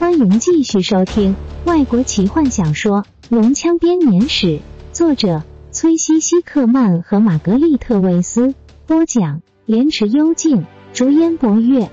欢迎继续收听外国奇幻小说《龙枪编年史》，作者崔西西克曼和玛格丽特维斯，播讲莲池幽静，竹烟博月。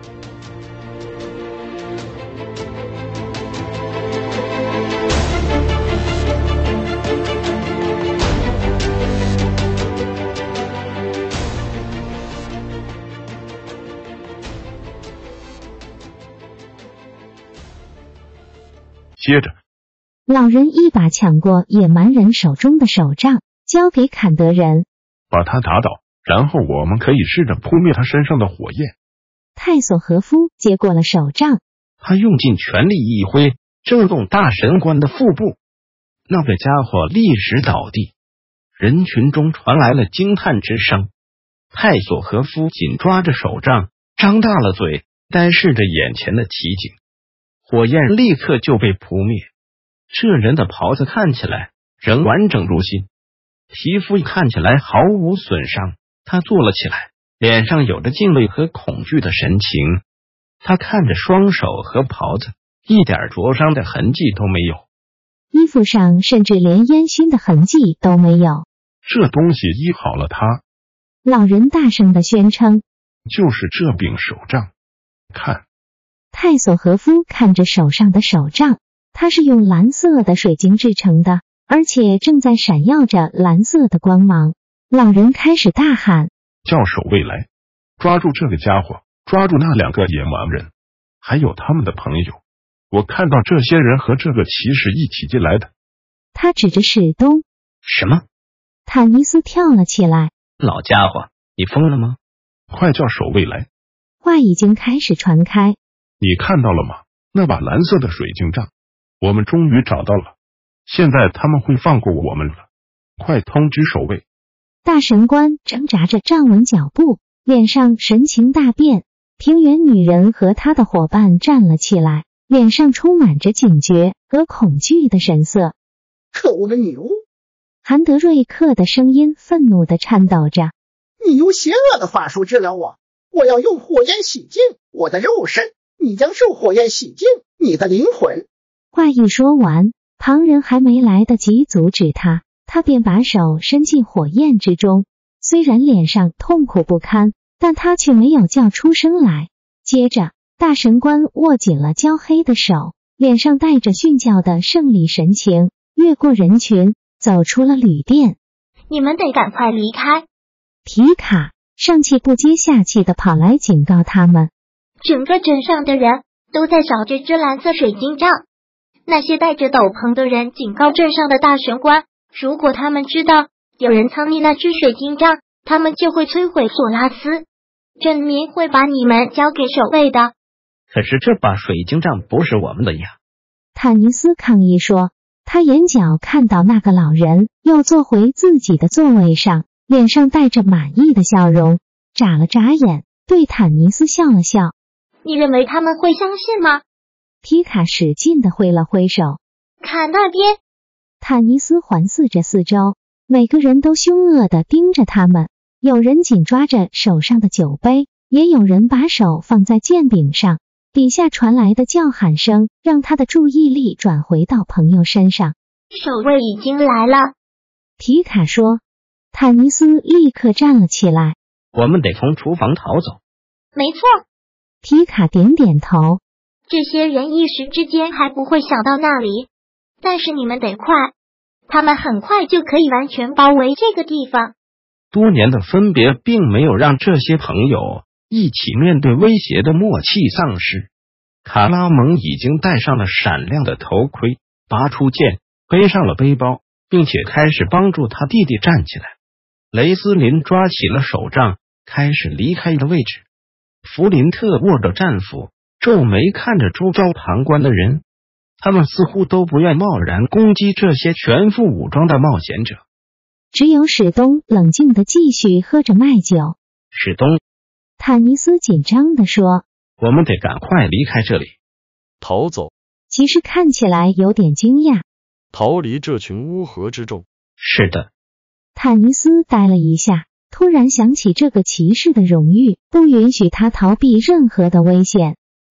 接着， 老人一把抢过野蛮人手中的手杖，交给坎德人， 把他打倒，然后我们可以试着扑灭他身上的火焰。 泰索和夫接过了手杖， 他用尽全力一挥，震动大神官的腹部，那个家伙立时倒地。人群中传来了惊叹之声。泰索和夫紧抓着手杖，张大了嘴，呆视着眼前的奇景。火焰立刻就被扑灭。这人的袍子看起来仍完整如新，皮肤看起来毫无损伤。他坐了起来，脸上有着敬畏和恐惧的神情。他看着双手和袍子，一点灼伤的痕迹都没有， 衣服上甚至连烟熏的痕迹都没有。 这东西医好了他， 老人大声地宣称， 就是这柄手杖，看。 泰索和夫看着手上的手杖，它是用蓝色的水晶制成的，而且正在闪耀着蓝色的光芒。老人开始大喊， 叫守卫来，抓住这个家伙，抓住那两个野蛮人，还有他们的朋友。我看到这些人和这个骑士一起进来的。 他指着史东。 什么？ 坦尼斯跳了起来， 老家伙，你疯了吗？ 快叫守卫来。 话已经开始传开。 你看到了吗？那把蓝色的水晶杖，我们终于找到了。现在他们会放过我们了。快通知守卫。 大神官挣扎着站稳脚步，脸上神情大变。平原女人和她的伙伴站了起来，脸上充满着警觉和恐惧的神色。 可恶的女巫！ 韩德瑞克的声音愤怒地颤抖着。 你用邪恶的法术治疗我，我要用火焰洗净我的肉身，你将受火焰洗净你的灵魂。 话一说完，旁人还没来得及阻止他，他便把手伸进火焰之中。虽然脸上痛苦不堪，但他却没有叫出声来。接着，大神官握紧了焦黑的手，脸上带着训教的胜利神情，越过人群，走出了旅店。 你们得赶快离开！ 皮卡上气不接下气地跑来警告他们。 整个镇上的人都在找这只蓝色水晶杖。那些戴着斗篷的人警告镇上的大神官，如果他们知道有人藏匿那只水晶杖，他们就会摧毁索拉斯，镇民会把你们交给守卫的。 可是这把水晶杖不是我们的呀！ 坦尼斯抗议说。他眼角看到那个老人又坐回自己的座位上，脸上带着满意的笑容，眨了眨眼，对坦尼斯笑了笑。 你认为他们会相信吗？ 皮卡使劲地挥了挥手。 看那边！ 坦尼斯环视着四周，每个人都凶恶地盯着他们，有人紧抓着手上的酒杯，也有人把手放在剑柄上。底下传来的叫喊声让他的注意力转回到朋友身上。 守卫已经来了， 皮卡说。坦尼斯立刻站了起来。 我们得从厨房逃走。 没错。 皮卡点点头。 这些人一时之间还不会想到那里，但是你们得快，他们很快就可以完全包围这个地方。 多年的分别并没有让这些朋友一起面对威胁的默契丧失。卡拉蒙已经戴上了闪亮的头盔，拔出剑，背上了背包，并且开始帮助他弟弟站起来。雷斯林抓起了手杖，开始离开的位置。弗林特握着战斧，皱眉看着周遭旁观的人，他们似乎都不愿贸然攻击这些全副武装的冒险者。 只有史东冷静地继续喝着麦酒。 史东， 坦尼斯紧张地说， 我们得赶快离开这里。 逃走？ 骑士看起来有点惊讶。 逃离这群乌合之众？ 是的。 坦尼斯呆了一下，突然想起这个骑士的荣誉不允许他逃避任何的危险。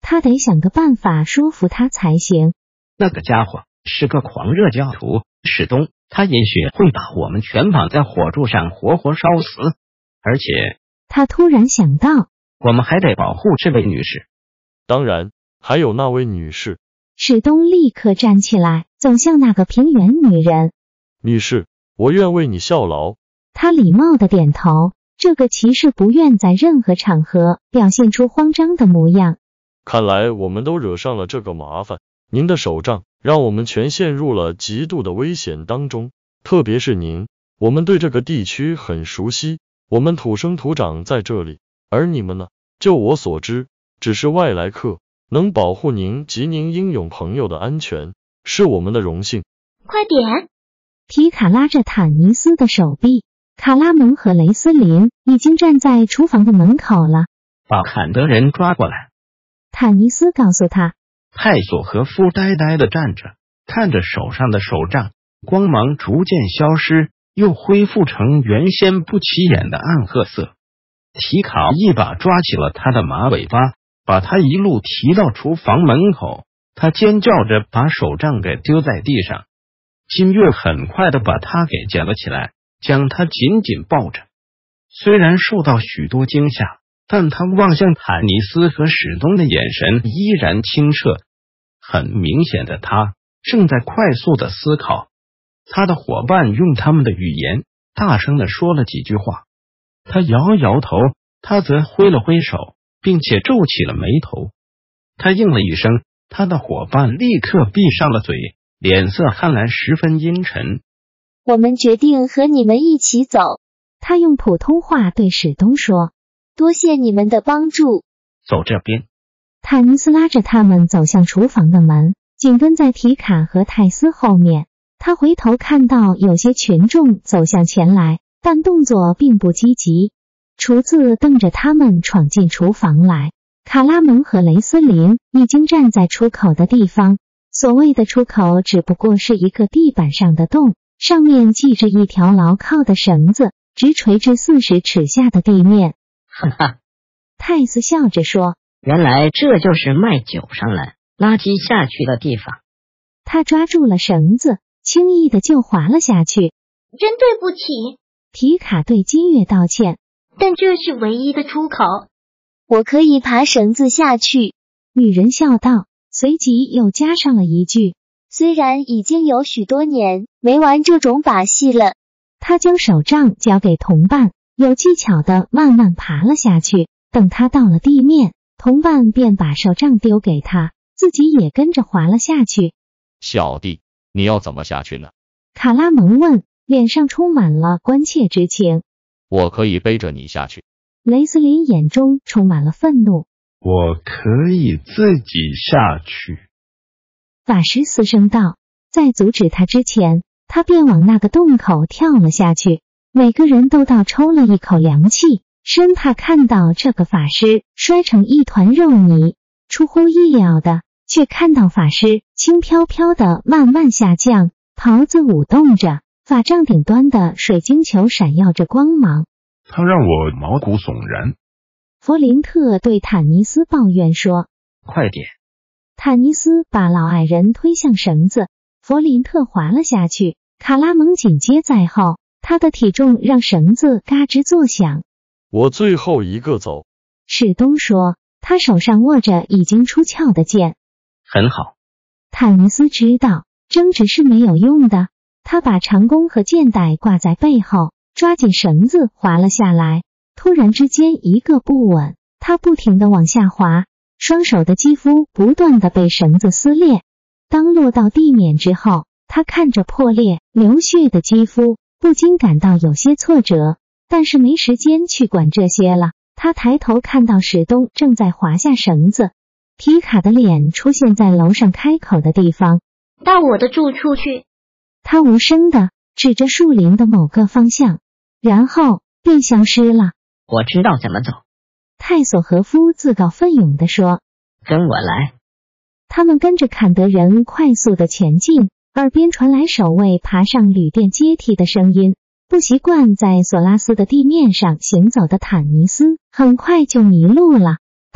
他得想个办法说服他才行。 那个家伙是个狂热教徒，史东，他也许会把我们全绑在火柱上活活烧死。而且， 他突然想到， 我们还得保护这位女士。 当然，还有那位女士。 史东立刻站起来，走向那个平原女人。 女士，我愿为你效劳。 他礼貌地点头，这个骑士不愿在任何场合表现出慌张的模样。 看来我们都惹上了这个麻烦，您的手杖让我们全陷入了极度的危险当中，特别是您，我们对这个地区很熟悉，我们土生土长在这里，而你们呢，就我所知，只是外来客，能保护您及您英勇朋友的安全，是我们的荣幸。 快点！ 皮卡拉着坦尼斯的手臂，卡拉蒙和雷斯林已经站在厨房的门口了。 把坎德人抓过来。 坦尼斯告诉他。 泰索和夫呆呆地站着，看着手上的手杖，光芒逐渐消失，又恢复成原先不起眼的暗褐色。提卡一把抓起了他的马尾巴，把他一路提到厨房门口。他尖叫着把手杖给丢在地上。金月很快地把他给捡了起来，将他紧紧抱着。虽然受到许多惊吓，但他望向坦尼斯和史东的眼神依然清澈。很明显的，他正在快速的思考。他的伙伴用他们的语言大声的说了几句话。他摇摇头，他则挥了挥手，并且皱起了眉头。他应了一声，他的伙伴立刻闭上了嘴，脸色看来十分阴沉。 我们决定和你们一起走。 他用普通话对史东说。 多谢你们的帮助。 走这边。 坦尼斯拉着他们走向厨房的门，紧跟在提卡和泰斯后面。他回头看到有些群众走向前来，但动作并不积极。厨子瞪着他们闯进厨房来。卡拉蒙和雷斯林已经站在出口的地方。所谓的出口只不过是一个地板上的洞，上面系着一条牢靠的绳子，直垂至40尺下的地面。 哈哈， 泰斯笑着说， 原来这就是卖酒上来垃圾下去的地方。 他抓住了绳子，轻易的就滑了下去。 真对不起。 提卡对金月道歉， 但这是唯一的出口。 我可以爬绳子下去。 女人笑道，随即又加上了一句， 虽然已经有许多年没玩这种把戏了。 他将手杖交给同伴，有技巧的慢慢爬了下去。等他到了地面，同伴便把手杖丢给他，自己也跟着滑了下去。 小弟，你要怎么下去呢？ 卡拉蒙问，脸上充满了关切之情。 我可以背着你下去。 雷斯林眼中充满了愤怒。 我可以自己下去。 法师嘶声道，在阻止他之前，他便往那个洞口跳了下去。每个人都倒抽了一口凉气，生怕看到这个法师摔成一团肉泥。出乎意料的，却看到法师轻飘飘的慢慢下降，袍子舞动着，法杖顶端的水晶球闪耀着光芒。 他让我毛骨悚然。 弗林特对坦尼斯抱怨说， 快点。 坦尼斯把老矮人推向绳子，弗林特滑了下去，卡拉蒙紧接在后，他的体重让绳子嘎吱作响。 我最后一个走。 史东说，他手上握着已经出鞘的剑。 很好。 坦尼斯知道争执是没有用的，他把长弓和箭袋挂在背后，抓紧绳子滑了下来。突然之间一个不稳，他不停地往下滑，双手的肌肤不断地被绳子撕裂。当落到地面之后，他看着破裂流血的肌肤，不禁感到有些挫折，但是没时间去管这些了。他抬头看到史东正在滑下绳子，皮卡的脸出现在楼上开口的地方。 到我的住处去。 他无声地指着树林的某个方向，然后便消失了。 我知道怎么走。 泰索和夫自告奋勇地说， 跟我来。 他们跟着坎德人快速地前进，耳边传来守卫爬上旅店阶梯的声音。不习惯在索拉斯的地面上行走的坦尼斯很快就迷路了。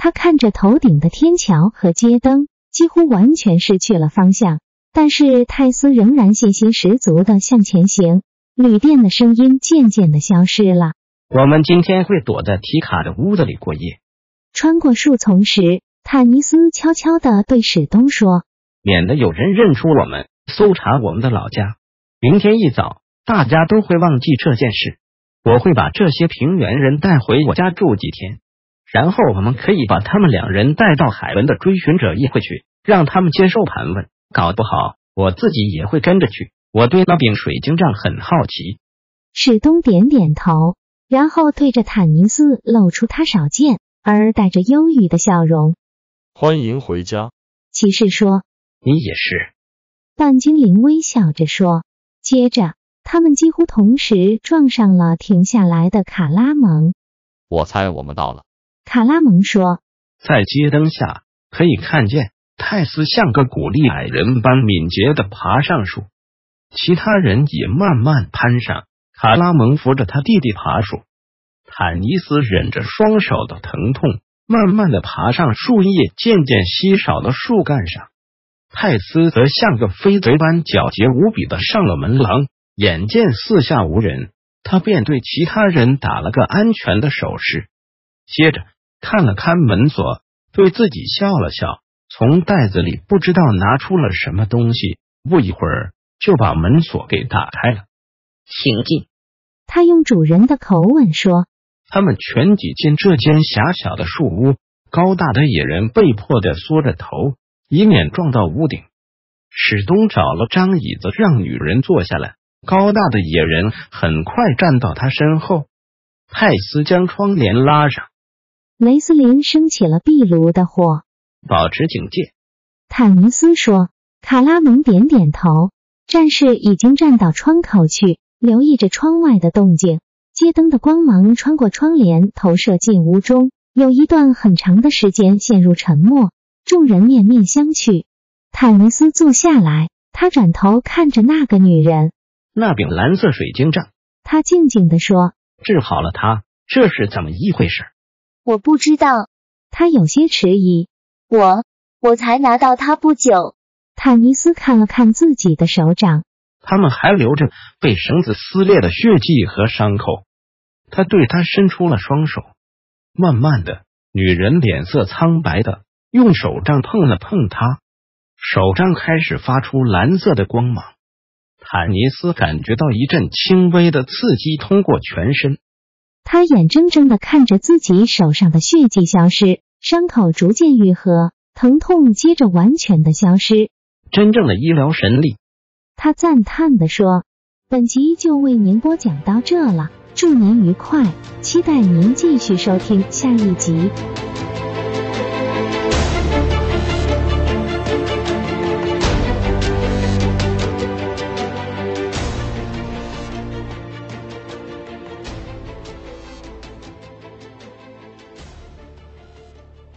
他看着头顶的天桥和街灯，几乎完全失去了方向，但是泰斯仍然信心十足地向前行。旅店的声音渐渐地消失了。 我们今天会躲在提卡的屋子里过夜。 穿过树丛时，坦尼斯悄悄地对史东说， 免得有人认出我们，搜查我们的老家。明天一早，大家都会忘记这件事。我会把这些平原人带回我家住几天，然后我们可以把他们2人带到海文的追寻者议会去，让他们接受盘问。搞不好我自己也会跟着去。我对那柄水晶杖很好奇。 史东点点头，然后对着坦尼斯露出他少见而带着忧郁的笑容。 欢迎回家。 骑士说， 你也是。 半精灵微笑着说。接着他们几乎同时撞上了停下来的卡拉蒙。 我猜我们到了。 卡拉蒙说， 在街灯下可以看见泰斯像个古力矮人般敏捷地爬上树，其他人也慢慢攀上。卡拉蒙扶着他弟弟爬树，坦尼斯忍着双手的疼痛，慢慢地爬上树叶渐渐稀少的树干上。泰斯则像个飞贼般皎洁无比的上了门廊，眼见四下无人，他便对其他人打了个安全的手势，接着看了看门锁，对自己笑了笑，从袋子里不知道拿出了什么东西，不一会儿就把门锁给打开了。 请进。 他用主人的口吻说。 他们全挤进这间狭小的树屋，高大的野人被迫地缩着头，以免撞到屋顶。史东找了张椅子让女人坐下来，高大的野人很快站到他身后。泰斯将窗帘拉上。 雷斯林升起了壁炉的火。 保持警戒。 坦尼斯说。卡拉蒙点点头。战士已经站到窗口去，留意着窗外的动静。街灯的光芒穿过窗帘投射进屋中，有一段很长的时间陷入沉默，众人面面相觑。坦尼斯坐下来，他转头看着那个女人。 那柄蓝色水晶杖， 他静静地说， 治好了他，这是怎么一回事？ 我不知道。 他有些迟疑。 我才拿到它不久。 坦尼斯看了看自己的手掌， 他们还留着被绳子撕裂的血迹和伤口。他对他伸出了双手。慢慢的，女人脸色苍白的用手杖碰了碰他，手杖开始发出蓝色的光芒。坦尼斯感觉到一阵轻微的刺激通过全身。 他眼睁睁地看着自己手上的血迹消失，伤口逐渐愈合，疼痛接着完全的消失。 真正的医疗神力。 他赞叹地说。本集就为您播讲到这了，祝您愉快，期待您继续收听下一集。